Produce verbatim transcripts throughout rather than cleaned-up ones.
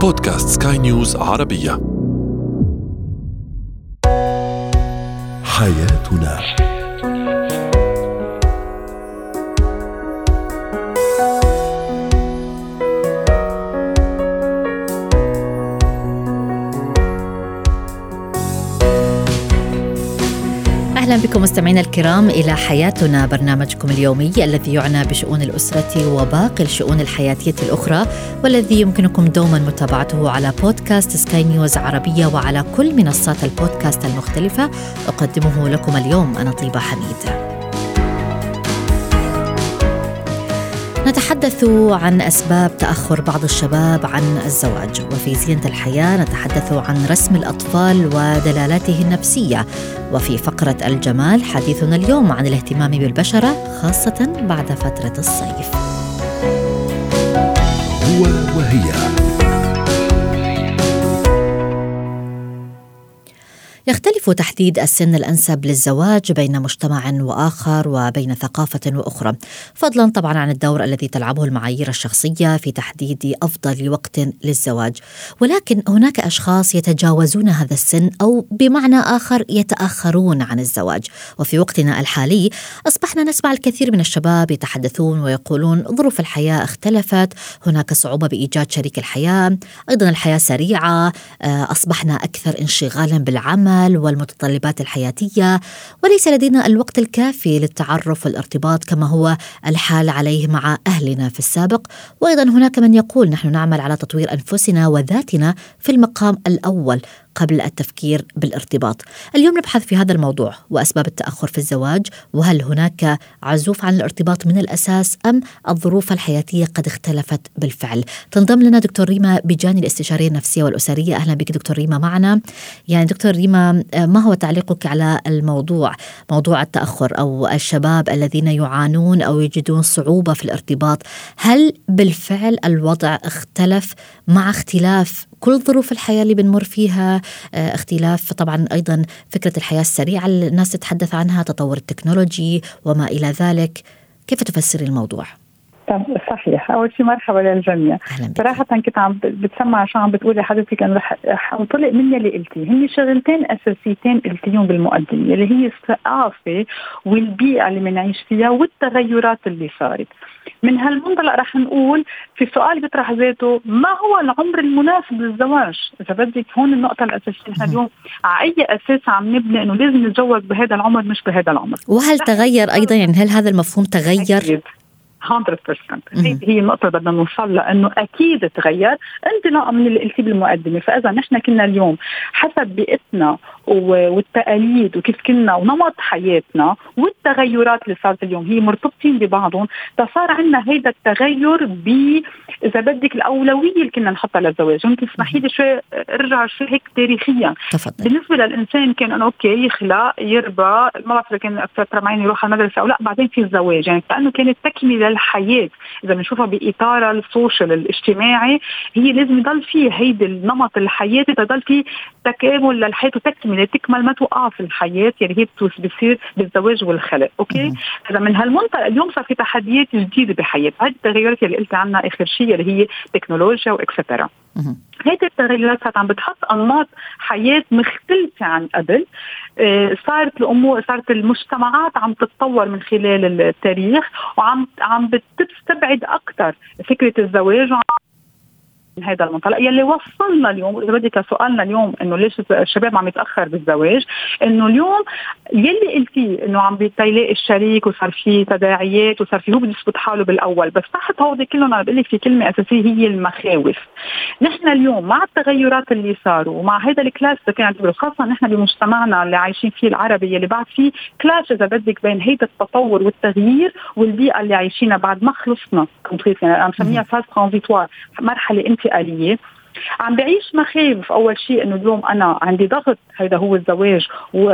بودكاست سكاي نيوز عربية. حياتنا. أهلا بكم مستمعينا الكرام إلى حياتنا، برنامجكم اليومي الذي يعنى بشؤون الأسرة وباقي الشؤون الحياتية الأخرى، والذي يمكنكم دوما متابعته على بودكاست سكاي نيوز عربية وعلى كل منصات البودكاست المختلفة. أقدمه لكم اليوم أنا طيبة حميد. نتحدث عن أسباب تأخر بعض الشباب عن الزواج، وفي زينة الحياة نتحدث عن رسم الأطفال ودلالاته النفسية، وفي فقرة الجمال حديثنا اليوم عن الاهتمام بالبشرة خاصة بعد فترة الصيف. هو وهي. يختلف تحديد السن الأنسب للزواج بين مجتمع وآخر وبين ثقافة وأخرى، فضلا طبعا عن الدور الذي تلعبه المعايير الشخصية في تحديد أفضل وقت للزواج. ولكن هناك أشخاص يتجاوزون هذا السن، أو بمعنى آخر يتأخرون عن الزواج. وفي وقتنا الحالي أصبحنا نسمع الكثير من الشباب يتحدثون ويقولون ظروف الحياة اختلفت، هناك صعوبة بإيجاد شريك الحياة، أيضا الحياة سريعة، أصبحنا أكثر انشغالا بالعمل والمتطلبات الحياتية، وليس لدينا الوقت الكافي للتعرف والارتباط كما هو الحال عليه مع أهلنا في السابق. وأيضا هناك من يقول نحن نعمل على تطوير أنفسنا وذاتنا في المقام الأول قبل التفكير بالارتباط. اليوم نبحث في هذا الموضوع وأسباب التأخر في الزواج، وهل هناك عزوف عن الارتباط من الأساس أم الظروف الحياتية قد اختلفت بالفعل. تنضم لنا دكتور ريما بيجاني، الاستشارية النفسية والأسرية. أهلا بك دكتور ريما معنا. يعني دكتور ريما، ما هو تعليقك على الموضوع، موضوع التأخر أو الشباب الذين يعانون أو يجدون صعوبة في الارتباط؟ هل بالفعل الوضع اختلف مع اختلاف كل ظروف الحياة اللي بنمر فيها، اختلاف طبعا أيضا فكرة الحياة السريعة اللي الناس تتحدث عنها، تطور التكنولوجي وما إلى ذلك؟ كيف تفسري الموضوع؟ صحيح. أول شيء مرحبا للجميع. صراحة كنت عم بتسمع شو عم بتقولي حضرتك، أنا رح أنطلق من اللي قلتيه. هني شغلتين أساسيتين قلتيهم بالمقدمة، اللي هي الثقافة والبيئة اللي منعيش فيها والتغيرات اللي صارت. من هالمنطلق رح نقول في سؤال بيطرح ذاته، ما هو العمر المناسب للزواج؟ إذا بدك هون النقطة الأساسية. اليوم على أي أساس عم نبني إنه لازم نتزوج بهذا العمر مش بهذا العمر؟ وهل تغير أيضا؟ يعني هل هذا المفهوم تغير؟ أكيد. مية بالمية. هي النقطة اللي بدنا نوصل لها، إنه أكيد تغير انطلاقا من اللي قلتيه بالمقدمة. فإذا نحن كنا اليوم حسب بيئتنا والتقاليد وكيف كنا ونمط حياتنا والتغيرات اللي صارت اليوم هي مرتبطين ببعضهم، فصار عندنا هيدا التغير ب إذا بدك الأولوية اللي كنا نحطها للزواج. ممكن تسمحي لي شوي ارجع شوي هيك تاريخيا. تفضل. بالنسبة للإنسان كان أنه أوكي يخلق يربى، ما بعرف إذا كان فترة معين يروح على المدرسة أو لا، بعدين في الزواج، يعني كأنه كانت تكملة الحياة. إذا بنشوفها بإطار السوشيال الاجتماعي، هي لازم يضل فيه هيدا النمط الحياتي، تضل فيه تكامل للحياة وتكمل تكمل ما توقف الحياة، يعني هي بتصير بالزواج والخلق. أوكي. إذا من هالمنطقة اليوم صار في تحديات جديدة بحياة. هذه التغيرات اللي قلت عنها آخر شيء اللي هي تكنولوجيا وإكسترا. هذه التغيرات صارت عم بتحط أنماط حياة مختلفة عن قبل. آه صارت الأمور، صارت المجتمعات عم تتطور من خلال التاريخ، وعم عم بتستبعد أكثر فكرة الزواج وعم من هذا المنطلق يلي وصلنا اليوم. إذا بدك سؤالنا اليوم إنه ليش الشباب عم يتأخر بالزواج، إنه اليوم يلي قلتيه إنه عم بيلاقي الشريك وصار فيه تداعيات وصار فيه هو بده يثبت حاله بالأول، بس تحت هودي كلهم أنا بقول لك في كلمة أساسية هي المخاوف. نحن اليوم مع التغيرات اللي صاروا ومع هذا الكلاس اللي خاصة نحن بمجتمعنا اللي عايشين فيه العربي، اللي بعد فيه كلاش إذا بدك بين هيدا التطور والتغيير والبيئة اللي عايشينها بعد ما خلصنا كونتريت، يعني أنا مسميها فاز ترانزيتوار، مرحلة انتقالية. عم بعيش مخاوف. أول شيء إنه اليوم أنا عندي ضغط، هذا هو الزواج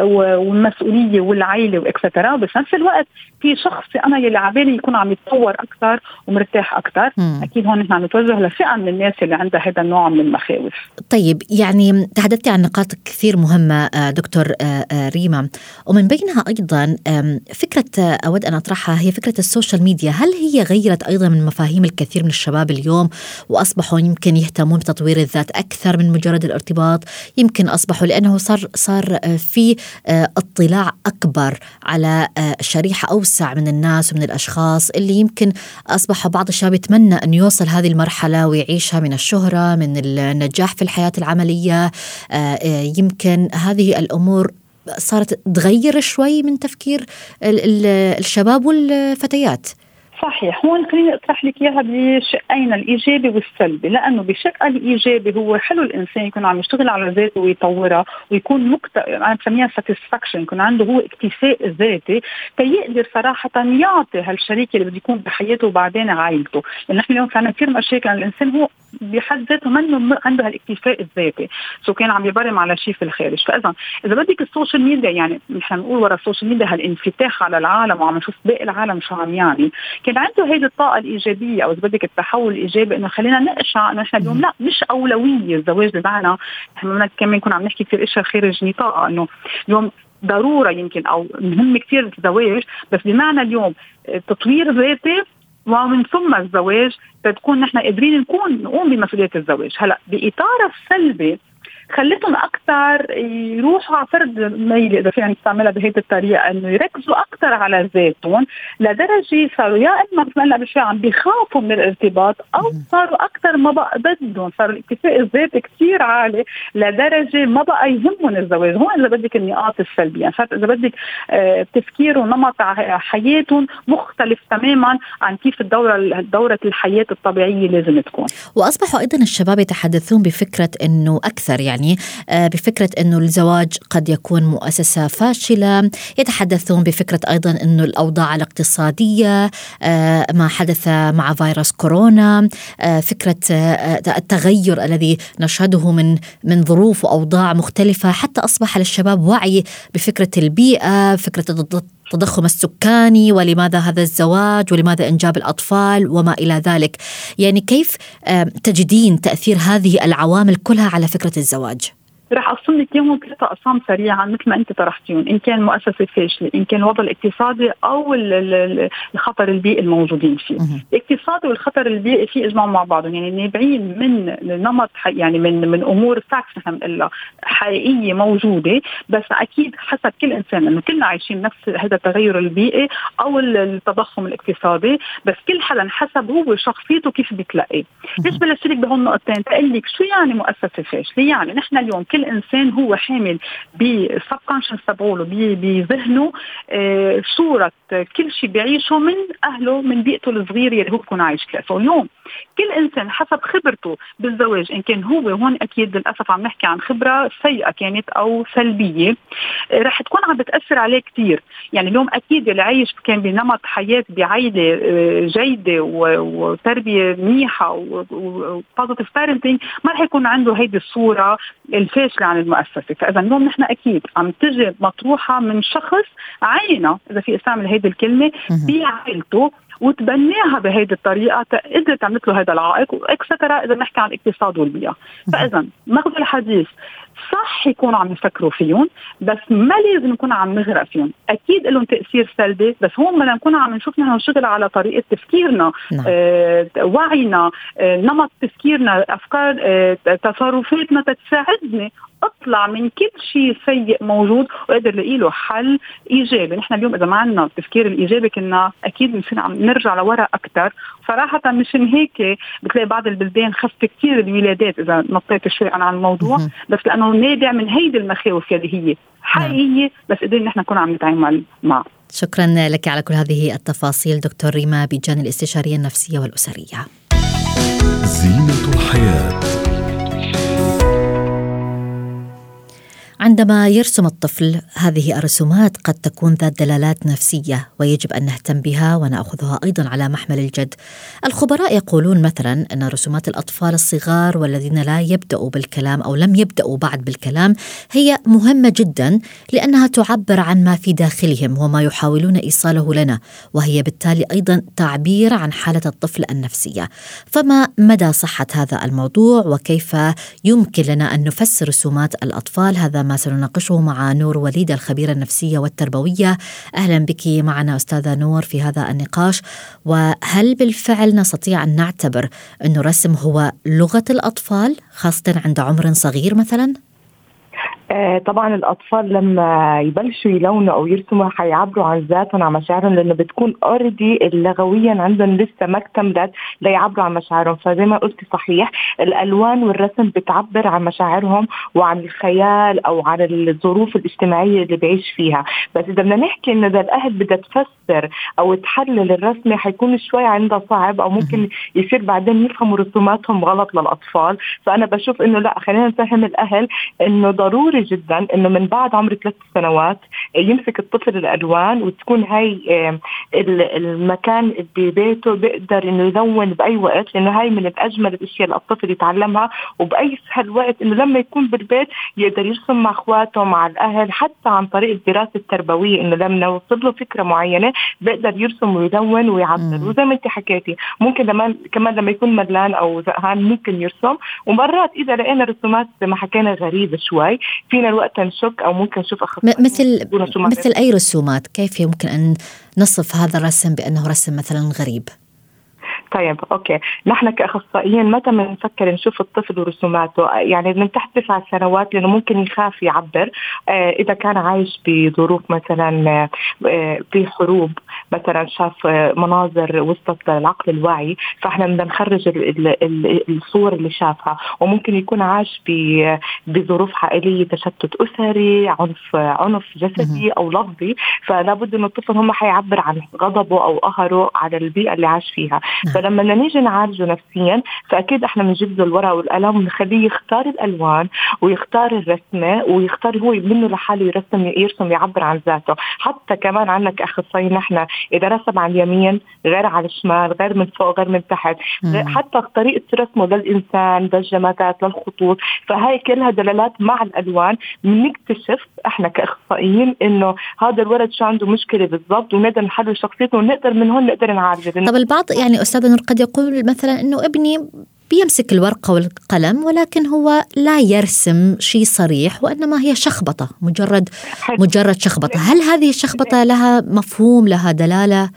والمسؤولية والعائلة وإكسترا، بس نفس الوقت في شخصي أنا يلي عبالي يكون عم يتطور أكثر ومرتاح أكثر. مم. أكيد هون نحن نتوجه لفئة من الناس اللي عندها هذا النوع من المخاوف. طيب، يعني تحدثتي عن نقاط كثير مهمة دكتور ريما، ومن بينها أيضا فكرة أود أن أطرحها هي فكرة السوشيال ميديا. هل هي غيرت أيضا من مفاهيم الكثير من الشباب اليوم وأصبحوا يمكن يهتمون بتطوير تطوير الذات أكثر من مجرد الارتباط، يمكن أصبحوا لأنه صار صار في اطلاع أكبر على شريحة أوسع من الناس ومن الأشخاص اللي يمكن أصبح بعض الشباب يتمنى أن يوصل هذه المرحلة ويعيشها من الشهرة، من النجاح في الحياة العملية. يمكن هذه الأمور صارت تغير شوي من تفكير الشباب والفتيات. صحيح. هون خليني أطرح لك إياها بشقين، الإيجابي والسلبي. لأنه بشق الإيجابي هو حلو الإنسان يكون عم يشتغل على ذاته ويطورها ويكون مكت... أنا بسميها satisfaction، يكون عنده هو اكتفاء ذاتي فيقدر صراحة يعطي هالشريك اللي بده يكون بحياته وبعدين عائلته. لأن نحن اليوم عندنا كثير مشاكل، الإنسان هو بحد ذاته منه عنده هالاكتفاء الذاتي، سو كان عم يبرم على شيء في الخارج. فإذا إذا بدك السوشيال ميديا، يعني نحن نقول ورا السوشيال ميديا هالانفتاح على العالم وعم نشوف باقي العالم شو عم يعني، كان عنده هيدي الطاقة الإيجابية أو إذا بدك التحول الإيجابي إنه خلينا نقشع إنه إحنا اليوم لا مش أولوية الزواج بمعنى إحنا بدنا كمان نكون عم نحكي كثير إشياء خارج نطاق، إنه اليوم ضرورة يمكن أو مهم كثير الزواج، بس بمعنى اليوم تطوير ذاتي ومن ثم الزواج تكون نحن قادرين نكون نقوم بمسؤولية الزواج. هلا بإطار السلبي خلتهم أكثر يروحوا على فرد ميل، إذا فينا نستعملها بهيدي الطريقة، إنه يركزوا أكثر على ذاتهم لدرجة صاروا يا إما مثل ما قلنا بشوي عم بيخافوا من الارتباط، أو صاروا أكثر ما بقى بدهم، صار الاكتفاء الذاتي كثير عالي لدرجة ما بقى يهمهم الزواج. هون إذا بدك النقاط السلبية، يعني صارت إذا بدك آه تفكير ونمط حياتهم مختلف تماما عن كيف الدورة الدورة الحياة الطبيعية لازم تكون. وأصبحوا أيضا الشباب يتحدثون بفكرة إنه أكثر يعني يعني بفكرة أنه الزواج قد يكون مؤسسة فاشلة، يتحدثون بفكرة أيضا أنه الأوضاع الاقتصادية، ما حدث مع فيروس كورونا، فكرة التغير الذي نشهده من من ظروف وأوضاع مختلفة، حتى أصبح للشباب وعي بفكرة البيئة، فكرة التضخم السكاني، ولماذا هذا الزواج ولماذا إنجاب الأطفال وما إلى ذلك. يعني كيف تجدين تأثير هذه العوامل كلها على فكرة الزواج؟ رح أقسم لك إياهم ثلاثة أقسام سريعا مثل ما أنت طرحتيهم، إن كان مؤسسة فاشلة، إن كان الوضع الاقتصادي أو الخطر البيئي الموجودين فيه. الاقتصادي والخطر البيئي في إجماع مع بعضهم، يعني نابعين من نمط يعني من من أمور فاكس إلا حقيقية موجودة، بس أكيد حسب كل إنسان، إنه كلنا عايشين نفس هذا التغير البيئي أو التضخم الاقتصادي، بس كل حدا حسب هو شخصيته كيف بتلاقي. ليش بلشلك بهون نقطتين تقول لك شو يعني مؤسسة فاشلة؟ يعني نحن اليوم كل إنسان هو حامل بالسبكونشنس تبعوله بذهنه آه صورة كل شيء بيعيشه من أهله من بيئته الصغيرة اللي هو بيكون عايش فيها. فاليوم كل إنسان حسب خبرته بالزواج، إن كان هو هون أكيد للأسف عم نحكي عن خبرة سيئة كانت أو سلبية، آه رح تكون عم بتأثر عليه كتير. يعني اليوم أكيد اللي عايش كان بنمط حياة بعائلة آه جيدة وتربية منيحة وبوزيتيف بارنتينج ما رح يكون عنده هيدي الصورة الفاشلة عن المؤسسة. فإذا اليوم نحن أكيد عم تجي مطروحة من شخص عينة، إذا في استعمل هيدي الكلمة، بعائلته وتبنيها بهيدي الطريقة تقدر تعمل له هذا العائق وإكسترا إذا نحكي عن الاقتصاد والبيئة. فإذا مغزى الحديث صح يكونوا عم يفكروا فيهم، بس ما لازم نكون عم نغرق فيهم. أكيد لهم تأثير سلبي، بس هون بدنا نكون عم نشوف نحن نشتغل على طريقة تفكيرنا، نعم. آه، وعينا، آه، نمط تفكيرنا، أفكار، آه، تصرفاتنا تتساعدني أطلع من كل شيء سيء موجود وقدر لاقي له حل إيجابي. نحن اليوم إذا ما عندنا التفكير الإيجابي كنا أكيد نصير عم نرجع لورا أكتر. صراحة مشان هيك بتلاقي بعض البلدان خفت كتير الولادات إذا نطيت شوي عن الموضوع، بس لأنه نابع من هيدي المخاوف اللي هي حقيقية، بس قدرنا نحن نكون عم نتعامل معها. شكرا لك على كل هذه التفاصيل دكتور ريما بيجان، الاستشارية النفسية والأسرية. زينة الحياة. عندما يرسم الطفل هذه الرسومات قد تكون ذات دلالات نفسية ويجب أن نهتم بها ونأخذها أيضا على محمل الجد. الخبراء يقولون مثلا أن رسومات الأطفال الصغار والذين لا يبدأوا بالكلام أو لم يبدأوا بعد بالكلام هي مهمة جدا، لأنها تعبر عن ما في داخلهم وما يحاولون إيصاله لنا، وهي بالتالي أيضا تعبير عن حالة الطفل النفسية. فما مدى صحة هذا الموضوع وكيف يمكن لنا أن نفسر رسومات الأطفال؟ هذا ما سنناقشه مع نور وليد الخبيرة النفسية والتربوية. أهلا بك معنا أستاذة نور في هذا النقاش. وهل بالفعل نستطيع أن نعتبر أن الرسم هو لغة الأطفال خاصة عند عمر صغير مثلا؟ آه طبعا الأطفال لما يبلشوا يلونوا أو يرسموا حيعبروا عن ذاتهم عن مشاعرهم، لأنه بتكون أوردي لغويا عندهم لسه ما اكتملت ليعبروا عن مشاعرهم. فزي ما قلت صحيح، الألوان والرسم بتعبر عن مشاعرهم وعن الخيال أو عن الظروف الاجتماعية اللي بيعيش فيها. بس إذا بدنا نحكي إنه إذا الأهل بدها تفسر أو تحلل الرسمة حيكون شوي عندها صعب، أو ممكن يصير بعدين يفهموا رسوماتهم غلط للأطفال. فأنا بشوف إنه لا، خلينا نفهم الأهل إنه ضروري جدا انه من بعد عمر ثلاث سنوات يمسك الطفل الالوان، وتكون هاي المكان ببيته بيقدر انه يلون باي وقت، لانه هاي من اجمل الاشياء اللي الطفل يتعلمها. وباي سهل وقت انه لما يكون بالبيت يقدر يرسم مع اخواته مع الاهل، حتى عن طريق الدراسه التربويه، انه لما نوصل له فكره معينه بيقدر يرسم ويلون ويعبر. وزي ما انت حكيتي ممكن لما كمان لما يكون ملان او زهقان ممكن يرسم. ومرات اذا لقينا رسومات زي ما حكينا غريبه شوي فينا الوقت نشك أو ممكن نشوف أخطاء مثل مثل أي رسومات. كيف يمكن أن نصف هذا الرسم بأنه رسم مثلا غريب؟ طيب أوكي، نحن كأخصائيين متى ما نفكر نشوف الطفل ورسوماته، يعني من تحت تسع سنوات، لأنه ممكن يخاف يعبر آه إذا كان عايش بظروف مثلا آه في حروب مثلا، شاف آه مناظر وسط العقل الواعي، فإحنا بدنا نخرج ال ال الصور اللي شافها. وممكن يكون عايش بظروف عائلية، تشتت أسري، عنف عنف جسدي أو لفظي، فلا بد إنه الطفل هم حيعبر عن غضبه أو قهره على البيئة اللي عاش فيها. فلما نيجي نعالجه نفسيا فأكيد احنا بنجيب له الورقة والقلم ونخليه يختار الألوان ويختار الرسمة ويختار هو منه لحاله يرسم يرسم يعبر عن ذاته. حتى كمان عنا كأخصائيين نحن إذا رسم على اليمين غير على الشمال، غير من فوق غير من تحت، حتى طريقة رسمه للإنسان للجمادات للخطوط، فهاي كلها دلالات مع الألوان. بنكتشف احنا كأخصائيين إنه هذا الولد شو عنده مشكلة بالضبط، ونقدر نحلل شخصيته ونقدر من هون نقدر نعالجه. طب البعض يعني أستاذ نور قد يقول مثلا إنه ابني بيمسك الورقة والقلم ولكن هو لا يرسم شيء صريح، وإنما هي شخبطة، مجرد مجرد شخبطة. هل هذه الشخبطة لها مفهوم، لها دلالة؟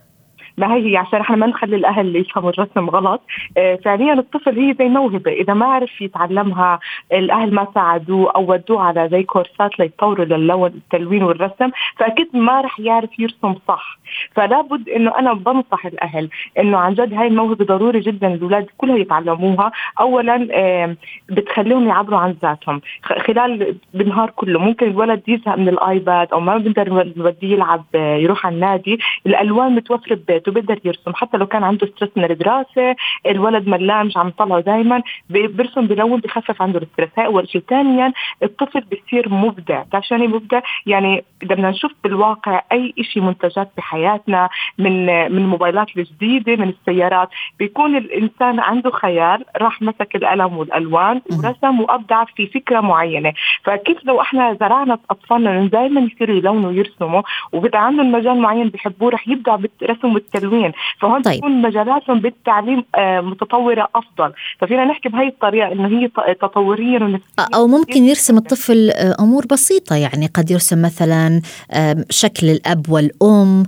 ما هي عشان احنا ما نخلي الاهل اللي يفهموا الرسم غلط. اه فعليا الطفل هي زي موهبه، اذا ما عرف يتعلمها الاهل ما ساعدوه او ودوه على زي كورسات ليطوروا للون التلوين والرسم، فاكيد ما رح يعرف يرسم صح. فلا بد انه انا بنصح الاهل انه عن جد هاي الموهبه ضروري جدا الاولاد كلها يتعلموها. اولا اه بتخليهم يعبروا عن ذاتهم خلال بالنهار كله. ممكن الولد يزهق من الايباد او ما بيقدر نوديه يلعب يروح على النادي، الالوان متوفره ببيته بيقدر يرسم. حتى لو كان عنده ستريس من الدراسة، الولد ملان مش عم طلعه دايما، بيرسم بلون بخفف عنده الستريس. هاي أول شيء. ثانيا الطفل بيصير مبدع. عشان مبدع يعني إذا بدنا نشوف بالواقع أي شيء منتجات بحياتنا من من موبايلات الجديدة من السيارات، بيكون الإنسان عنده خيال، راح مسك القلم والألوان ورسم وأبدع في فكرة معينة. فكيف لو إحنا زرعنا أطفالنا دائما يصيروا يلونوا ويرسموا وبدأ عندهم مجال معين بيحبوه، رح يبدع بالرسم والتلوين. فهون طيب. تكون مجالاتهم بالتعليم متطورة أفضل. ففينا نحكي بهاي الطريقة إنه هي تطورية ونفسية. أو ممكن يرسم الطفل أمور بسيطة، يعني قد يرسم مثلا شكل الأب والأم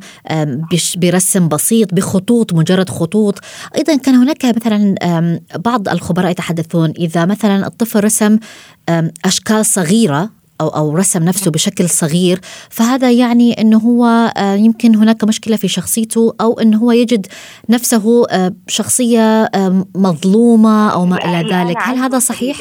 برسم بسيط بخطوط، مجرد خطوط. أيضا كان هناك مثلا بعض الخبراء يتحدثون إذا مثلا الطفل رسم أشكال صغيرة أو أو رسم نفسه بشكل صغير، فهذا يعني أنه هو يمكن هناك مشكلة في شخصيته، أو أنه هو يجد نفسه شخصية مظلومة أو ما إلى ذلك. هل هذا صحيح؟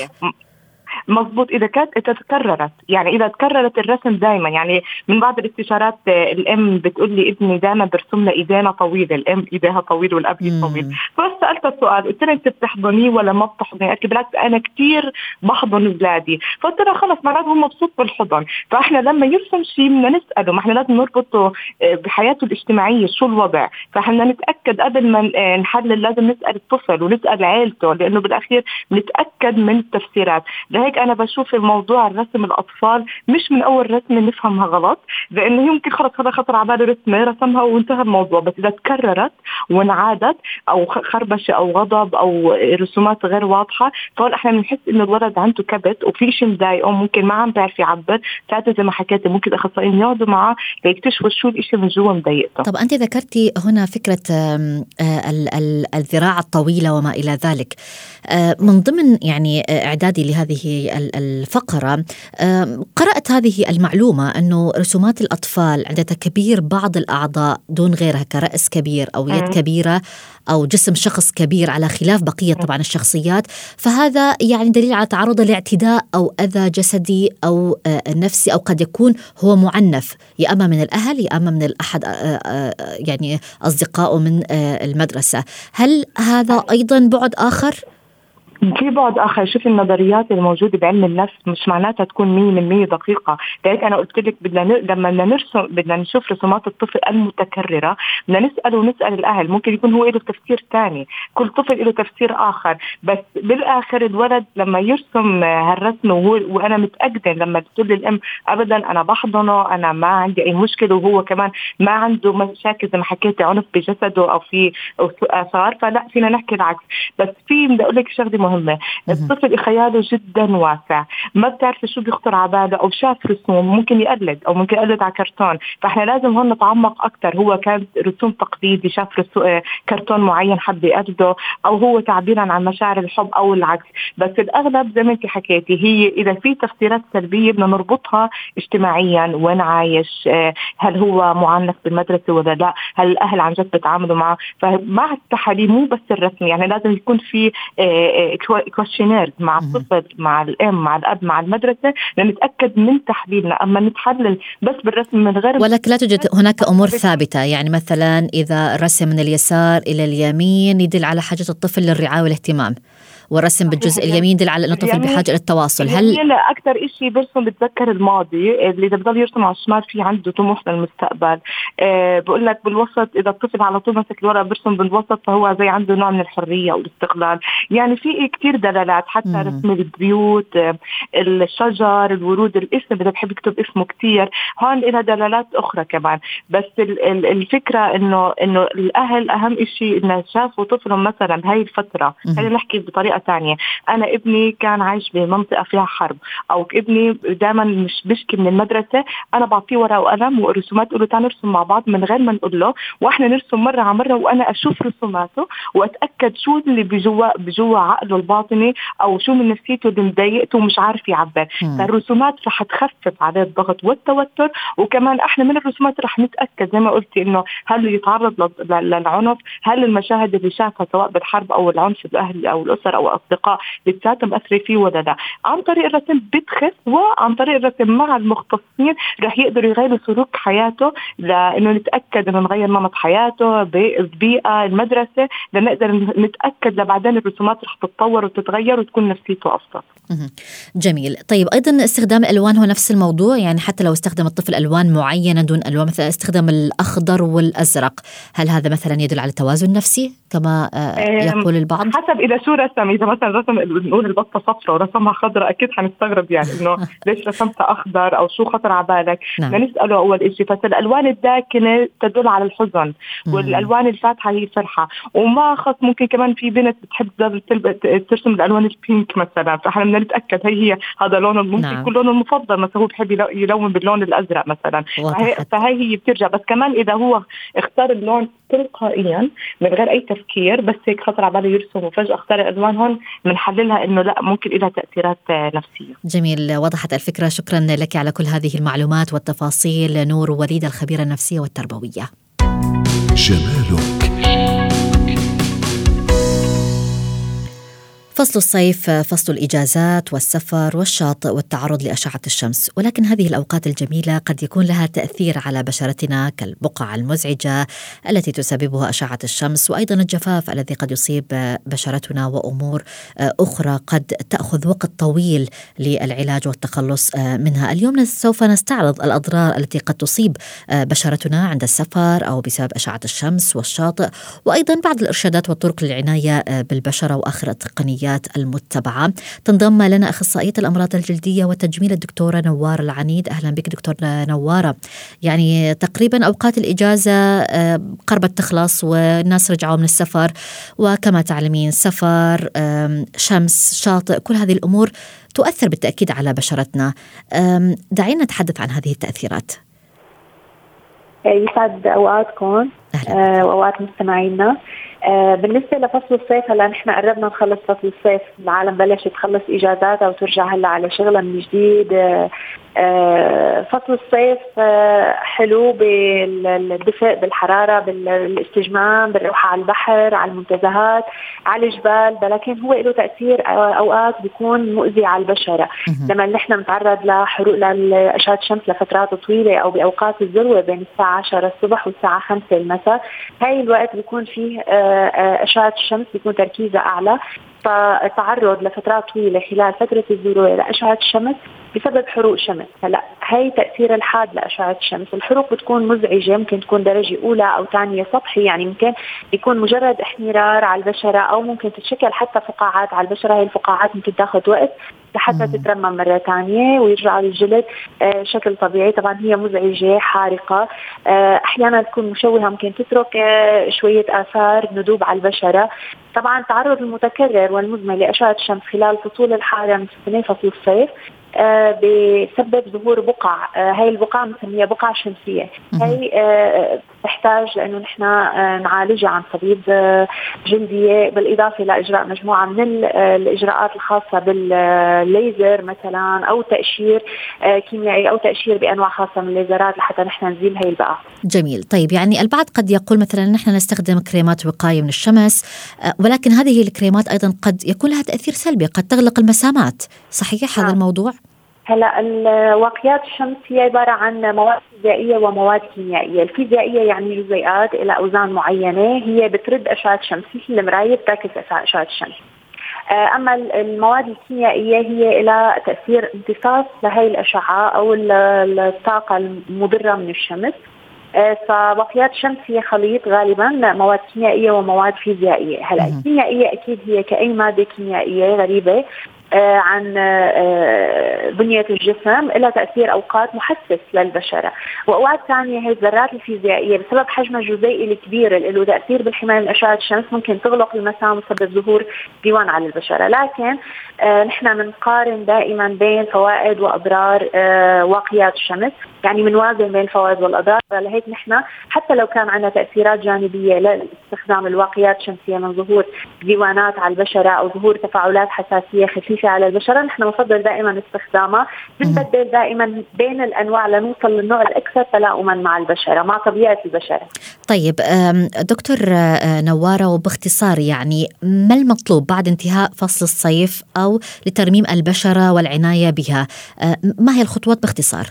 مضبوط. إذا كانت إذا تكررت، يعني إذا تكررت الرسم دائما، يعني من بعض الاستشارات الأم بتقول لي ابني دائما برسم له إيدينا طويلة، الأم إيديها طويل والأب طويل. فسألت السؤال قلت لها أنت بتحضنيه ولا ما بتحضنيه؟ قالت لي بالعكس أنا كتير بحضن أولادي. فقلت لها خلص معناته هو مبسوط بالحضن. فإحنا لما يرسم شيء بدنا نسأله، ما إحنا لازم نربطه بحياته الاجتماعية شو الوضع. فإحنا نتأكد قبل ما نحلل، لازم نسأل الطفل ونسأل عائلته، لأنه بالأخير نتأكد من التفسيرات. لهيك لهيك أنا بشوف الموضوع الرسم الأطفال مش من أول رسمة نفهمها غلط، لأنه هي ممكن خلص هذا خطر على باله رسمة رسمها وانتهى الموضوع، بس إذا تكررت وانعادت أو خربشة أو غضب أو رسومات غير واضحة، فهون إحنا بنحس إنه الولد عنده كبت وفي شيء مضايقه، ممكن ما عم بيعرف يعبر. ساعتها زي ما حكيت ممكن الأخصائيين يقعدوا معه ليكتشفوا شو الإشي من جوا مضايقته. طب أنت ذكرتي هنا فكرة الذراع الطويلة وما إلى ذلك. من ضمن يعني إعدادي لهذه الفقرة قرأت هذه المعلومة أنه رسومات الأطفال عند تكبير بعض الأعضاء دون غيرها كرأس كبير أو يد كبيرة أو جسم شخص كبير على خلاف بقية طبعا الشخصيات، فهذا يعني دليل على تعرض لاعتداء أو أذى جسدي أو نفسي، أو قد يكون هو معنف يا أما من الأهل يا أما من الأحد يعني أصدقائه من المدرسة. هل هذا أيضا بعد آخر؟ في بعد آخر. شوف النظريات الموجودة بعلم النفس مش معناتها تكون مية من مية دقيقة. لذلك أنا قلت لك بدنا ن... لما نرسم بدنا نشوف رسومات الطفل المتكررة بدنا نسأل ونسأل الأهل، ممكن يكون هو له تفسير تاني، كل طفل له تفسير آخر، بس بالآخر الولد لما يرسم هالرسم وهو وأنا متأكدة لما تقول للأم أبدا أنا بحضنه أنا ما عندي أي مشكلة وهو كمان ما عنده مشاكل زي ما حكيت عنف بجسده أو في آثار، فلا فينا نحكي العكس. بس في بدي أقول لك شغلة مهمة، الطفل خياله جدا واسع، ما بتعرف شو بيخطر على باله، او شاف رسوم ممكن يقلد او ممكن يقلد على كرتون، فاحنا لازم هون نتعمق اكثر. هو كان رسوم تقليدي، شاف كرتون معين حب يقلده، او هو تعبيرا عن مشاعر الحب او العكس. بس الاغلب زي ما انت حكيتي هي اذا في تفسيرات سلبيه بدنا نربطها اجتماعيا، وين عايش، هل هو معنف بالمدرسه ولا لا، هل الاهل عن جد بتعاملوا معه. فمع التحاليل مو بس الرسم، يعني لازم يكون في كويشنير مع الطفل مع الام مع الاب مع المدرسه لنتاكد من تحليلنا. اما نتحلل بس بالرسم من غير، ولكن لا توجد هناك امور ثابته، يعني مثلا اذا رسم من اليسار الى اليمين يدل على حاجه الطفل للرعايه والاهتمام، والرسم بالجزء اليمين يدل على أن الطفل بحاجة إلى التواصل. هل أكثر إشي برسم بتذكر الماضي، اللي إذا بضل يرسم على الشمال في عنده طموح للمستقبل. أه بقول لك بالوسط إذا الطفل على طول مسك الورقة برسم بالوسط فهو زي عنده نوع من الحرية والاستقلال. يعني في كتير دلالات، حتى مم. رسم البيوت، الشجر، الورود، الاسم إذا بحب يكتب اسمه كتير، هون لها دلالات أخرى كمان. بس الفكرة إنه إنه الأهل أهم إشي إنه شافوا طفلهم مثلا بهاي الفترة. خلينا نحكي بطريقة تانية، أنا ابني كان عايش بمنطقة فيها حرب، أو ابني دائما مش بشكي من المدرسة، أنا بعطيه ورقة وقلم ورسومات أقول له تعال نرسم مع بعض من غير ما نقول له، وإحنا نرسم مرة على مرة وأنا أشوف رسوماته وأتأكد شو اللي بجوا بجوا عقله الباطني أو شو من نفسيته اللي مضايقته ومش عارف يعبر. فالرسومات رح تخفف عليه الضغط والتوتر، وكمان إحنا من الرسومات رح نتأكد زي ما قلتي إنه هل يتعرض للعنف، هل المشاهد اللي شافها سواء بالحرب أو العنف بالأهل أو الأسر أو أصدقاء لساتهم مأثرة فيه ولا لا. عن طريق الرسم بتخف، وعن طريق الرسم مع المختصين رح يقدروا يغيروا سلوك حياته، لأنه نتأكد إنه نغير نمط حياته بالبيئة المدرسة، لنقدر نتأكد لبعدين الرسومات رح تتطور وتتغير وتكون نفسيته أفضل. جميل. طيب أيضا استخدام الألوان هو نفس الموضوع، يعني حتى لو استخدم الطفل ألوان معينة دون ألوان، مثلا استخدام الأخضر والأزرق، هل هذا مثلا يدل على توازن نفسي كما يقول البعض؟ حسب إذا شو رسم. إذا مثلا رسم نقول البطة صفرة ورسمها خضراء أكيد حنستغرب يعني إنه ليش رسمتها أخضر أو شو خطر على بالك. نعم. نسأله أول إشي. فالألوان الداكنة تدل على الحزن، والألوان الفاتحة هي الفرحة. وما خص ممكن كمان في بنت بتحب ترسم الألوان البينك مثلا، فإحنا بدنا نتأكد هي هي هذا لون ممكن نعم. يكون لونه المفضل، مثلا هو بحب يلون باللون الأزرق مثلا، فهي, فهي هي بترجع. بس كمان إذا هو اختار اللون تلقائيا من غير أي تفكير، بس هيك خطر على باله يرسم وفجأة اختار الألوان، هون بنحللها إنه لا ممكن لها تأثيرات نفسية. جميل، وضحت الفكرة. شكرا لك على كل هذه المعلومات والتفاصيل نور وليد، الخبيرة النفسية والتربوية. جمالك. فصل الصيف فصل الإجازات والسفر والشاطئ والتعرض لأشعة الشمس، ولكن هذه الأوقات الجميلة قد يكون لها تأثير على بشرتنا كالبقع المزعجة التي تسببها أشعة الشمس، وأيضا الجفاف الذي قد يصيب بشرتنا، وأمور أخرى قد تأخذ وقت طويل للعلاج والتخلص منها. اليوم سوف نستعرض الأضرار التي قد تصيب بشرتنا عند السفر أو بسبب أشعة الشمس والشاطئ، وأيضا بعض الإرشادات والطرق للعناية بالبشرة وآخر التقنيات الوقايات المتبعة. تنضم لنا أخصائية الأمراض الجلدية والتجميل الدكتورة نوارة العنيد. أهلا بك دكتور نوارة. يعني تقريبا أوقات الإجازة قربت تخلص والناس رجعوا من السفر، وكما تعلمين سفر، شمس، شاطئ، كل هذه الأمور تؤثر بالتأكيد على بشرتنا. دعينا نتحدث عن هذه التأثيرات. يسعد أوقاتكم وأوقات مستمعينا. آه بالنسبة لفصل الصيف، هلا نحن قربنا نخلص فصل الصيف، العالم بلشت تخلص إجازاتها وترجع هلا على شغلها من جديد. آه آه فصل الصيف آه حلو بالدفء، بالحرارة، بالاستجمام، بالروحة على البحر، على المنتزهات، على الجبال، ولكن هو له تأثير أوقات بيكون مؤذي على البشرة. لما نحن نتعرض لحروق لأشعة الشمس لفترات طويلة أو بأوقات الذروة بين الساعة عشرة الصبح والساعة خمسة المساء، هاي الوقت بيكون فيه أشعة الشمس بيكون تركيزها أعلى، فالتعرض لفترات طويلة خلال فترة الذروة لأشعة الشمس بسبب حروق شمس. هلا هي تأثير الحاد لأشعة الشمس. الحروق بتكون مزعجة، ممكن تكون درجة أولى أو ثانية سطحي، يعني ممكن يكون مجرد احمرار على البشرة، أو ممكن تتشكل حتى فقاعات على البشرة. هي الفقاعات ممكن تاخذ وقت لحتى تترمم مرة ثانية ويرجع للجلد آه شكل طبيعي. طبعا هي مزعجة، حارقة، آه أحيانا تكون مشوهة، ممكن تترك آه شوية آثار ندوب على البشرة. طبعا التعرض المتكرر والمزمن لأشعة الشمس خلال فصول الحارة من سنة فصل الصيف آه بسبب ظهور بقع. آه هاي البقع بنسميها بقع شمسية. هاي آه تحتاج لأنه نحن آه نعالجها عن طبيب آه جلدية، بالإضافة لإجراء مجموعة من الإجراءات الخاصة بالليزر مثلا، أو تأشير آه كيميائي، أو تأشير بأنواع خاصة من الليزرات لحتى نحن نزيل هاي البقع. جميل. طيب يعني البعض قد يقول مثلا نحن نستخدم كريمات وقاية من الشمس، آه ولكن هذه الكريمات أيضا قد يكون لها تأثير سلبي، قد تغلق المسامات. صحيح هذا الموضوع؟ هلا الواقيات الشمس هي عبارة عن مواد فيزيائية ومواد كيميائية. الفيزيائية يعني جزيئات إلى أوزان معينة هي بترد أشعة الشمس، مثل المراية بتعكس أشعة الشمس. أما المواد الكيميائية هي إلى تأثير امتصاص لهي الأشعة أو الطاقة المضرة من الشمس. فبقيات الشمس هي خليط غالبا مواد كيميائية ومواد فيزيائية. هلا الكيميائية أكيد هي كأي مادة كيميائية غريبة عن بنية الجسم، إلى تأثير أوقات محسس للبشرة، وأوقات ثانية هي الذرات الفيزيائية بسبب حجمها الجزيئي الكبير اللي له تأثير بالحماية من أشعة الشمس ممكن تغلق المسام وتسبب ظهور ديوان على البشرة. لكن آه نحن بنقارن دائما بين فوائد وأضرار آه واقيات الشمس، يعني بنوازن بين الفوائد والأضرار. لهيك نحن حتى لو كان عندنا تأثيرات جانبية لاستخدام الواقيات الشمسية من ظهور ديوانات على البشرة أو ظهور تفاعلات حساسية خفيفة على البشرة، نحن نفضل دائما استخدامها. بنبدل دائما بين الأنواع لنوصل للنوع الأكثر تلاؤما مع البشرة، مع طبيعة البشرة. طيب دكتور نوارة، وباختصار يعني ما المطلوب بعد انتهاء فصل الصيف أو لترميم البشرة والعناية بها؟ ما هي الخطوات باختصار؟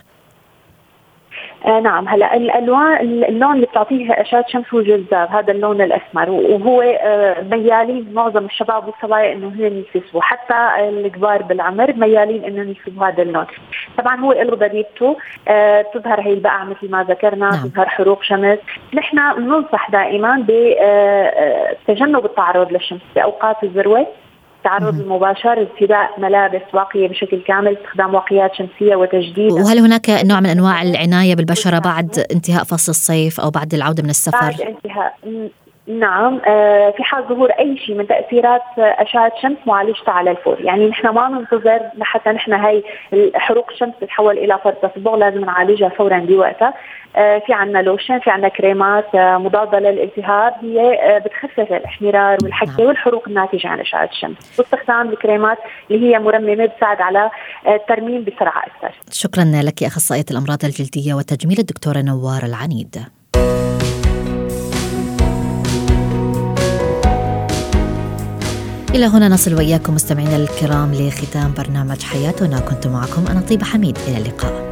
آه نعم. هلا الالوان، اللون اللي بتعطيه اشعه شمس هو جذاب، هذا اللون الاسمر، وهو آه ميالين معظم الشباب والصبايا انه هن يلبسوه، حتى الكبار بالعمر ميالين انه يلبسوا هذا اللون. طبعا هو له ضريبته، آه تظهر هي البقع مثل ما ذكرنا، نعم. تظهر حروق شمس. نحن بننصح دائما بتجنب التعرض للشمس باوقات الذروه، التعرض المباشر، ارتداء ملابس واقية بشكل كامل، استخدام واقيات شمسية وتجديد. وهل هناك نوع من أنواع العناية بالبشرة بعد انتهاء فصل الصيف أو بعد العودة من السفر؟ بعد انتهاء نعم. آه في حال ظهور أي شيء من تأثيرات أشعة الشمس معالجتها على الفور. يعني نحن ما ننتظر لحتى نحن هاي حروق الشمس تتحول إلى فرط تصبغ، لازم نعالجها فورا بوقتها. آه في عنا لوشن، في عنا كريمات آه مضادة للالتهاب، هي آه بتخفف الاحمرار والحكة نعم. والحروق الناتجة عن أشعة الشمس. واستخدام الكريمات اللي هي مرممة بتساعد على آه الترميم بسرعة أكثر. شكرا لك أخصائية الأمراض الجلدية والتجميل الدكتورة نوارة العنيد. إلى هنا نصل وإياكم مستمعينا الكرام لختام برنامج حياتنا. كنت معكم أنا طيبة حميد، إلى اللقاء.